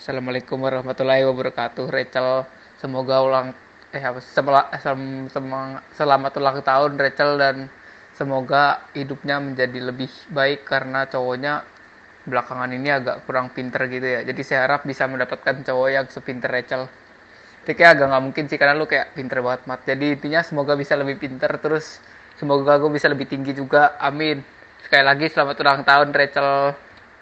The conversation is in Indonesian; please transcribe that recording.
Assalamualaikum warahmatullahi wabarakatuh. Rachel, semoga selamat ulang tahun Rachel, dan semoga hidupnya menjadi lebih baik karena cowoknya belakangan ini agak kurang pinter gitu ya. Jadi saya harap bisa mendapatkan cowok yang sepinter Rachel. Tapi kayak agak nggak mungkin sih karena lu kayak pinter banget mat. Jadi intinya semoga bisa lebih pinter, terus semoga gue bisa lebih tinggi juga. Amin. Sekali lagi selamat ulang tahun Rachel.